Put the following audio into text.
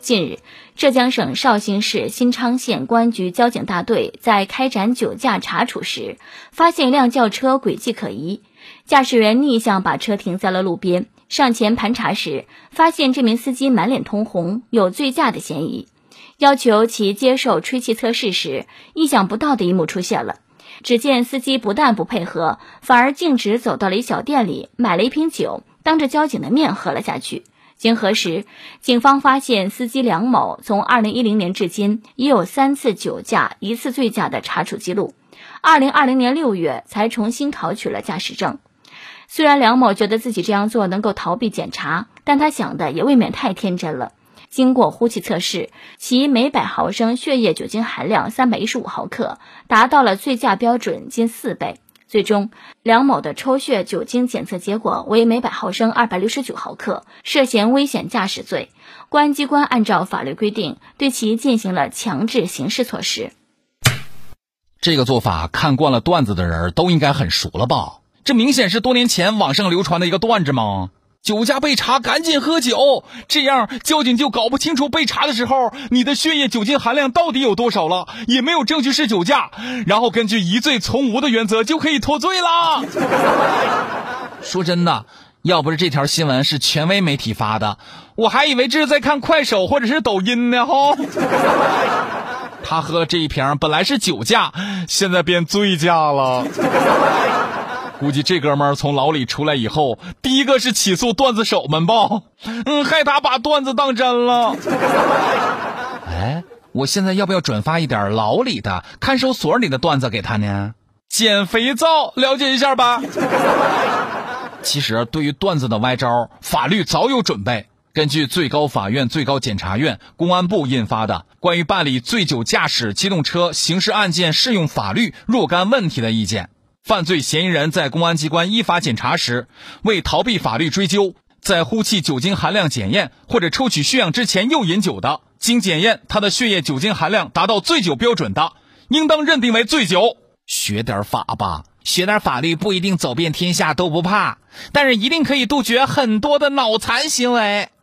近日，浙江省绍兴市新昌县公安局交警大队在开展酒驾查处时，发现一辆轿车轨迹可疑，驾驶员逆向把车停在了路边，上前盘查时，发现这名司机满脸通红，有醉驾的嫌疑。要求其接受吹气测试时，意想不到的一幕出现了。只见司机不但不配合，反而径直走到了一小店里，买了一瓶酒，当着交警的面喝了下去。经核实，警方发现司机梁某从2010年至今已有3次酒驾、1次醉驾的查处记录，2020年6月才重新考取了驾驶证。虽然梁某觉得自己这样做能够逃避检查，但他想的也未免太天真了。经过呼气测试，其每100毫升血液酒精含量315毫克，达到了醉驾标准近4倍。最终，梁某的抽血酒精检测结果为每100毫升269毫克，涉嫌危险驾驶罪。公安机关按照法律规定，对其进行了强制刑事措施。 这个做法看惯了段子的人都应该很熟了吧？这明显是多年前网上流传的一个段子吗？酒驾被查赶紧喝酒，这样交警就搞不清楚被查的时候你的血液酒精含量到底有多少了，也没有证据是酒驾，然后根据疑罪从无的原则就可以脱罪了。说真的，要不是这条新闻是权威媒体发的，我还以为这是在看快手或者是抖音呢哈。他喝这一瓶本来是酒驾，现在变醉驾了。估计这哥们儿从牢里出来以后，第一个是起诉段子手们吧，害他把段子当真了。哎，我现在要不要转发一点牢里的、看守所里的段子给他呢？减肥皂，了解一下吧。其实对于段子的歪招，法律早有准备。根据最高法院、最高检察院、公安部印发的关于办理醉酒驾驶机动车刑事案件适用法律若干问题的意见，犯罪嫌疑人在公安机关依法检查时，为逃避法律追究，在呼气酒精含量检验或者抽取血样之前又饮酒的，经检验他的血液酒精含量达到醉酒标准的，应当认定为醉酒。学点法吧，学点法律不一定走遍天下都不怕，但是一定可以杜绝很多的脑残行为。